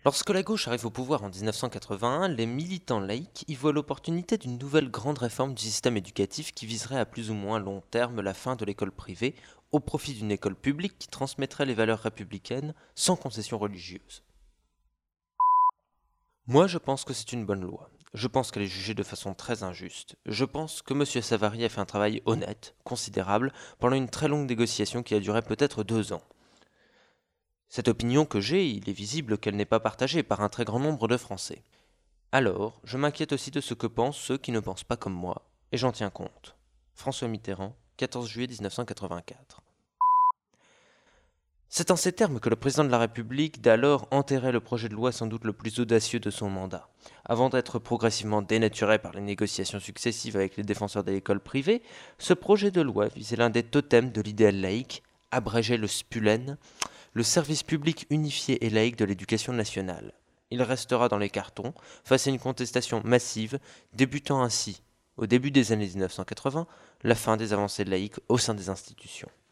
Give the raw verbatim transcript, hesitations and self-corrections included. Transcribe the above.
Lorsque la gauche arrive au pouvoir en mille neuf cent quatre-vingt-un, les militants laïcs y voient l'opportunité d'une nouvelle grande réforme du système éducatif qui viserait à plus ou moins long terme la fin de l'école privée au profit d'une école publique qui transmettrait les valeurs républicaines sans concession religieuse. Moi, je pense que c'est une bonne loi. Je pense qu'elle est jugée de façon très injuste. Je pense que M. Savary a fait un travail honnête, considérable, pendant une très longue négociation qui a duré peut-être deux ans. Cette opinion que j'ai, il est visible qu'elle n'est pas partagée par un très grand nombre de Français. Alors, je m'inquiète aussi de ce que pensent ceux qui ne pensent pas comme moi, et j'en tiens compte. François Mitterrand, quatorze juillet mille neuf cent quatre-vingt-quatre. C'est en ces termes que le président de la République d'alors enterrait le projet de loi sans doute le plus audacieux de son mandat. Avant d'être progressivement dénaturé par les négociations successives avec les défenseurs de l'école privée, ce projet de loi visait l'un des totems de l'idéal laïque, abrégé le SPULEN, le service public unifié et laïque de l'éducation nationale. Il restera dans les cartons face à une contestation massive, débutant ainsi, au début des années mille neuf cent quatre-vingts, la fin des avancées laïques au sein des institutions.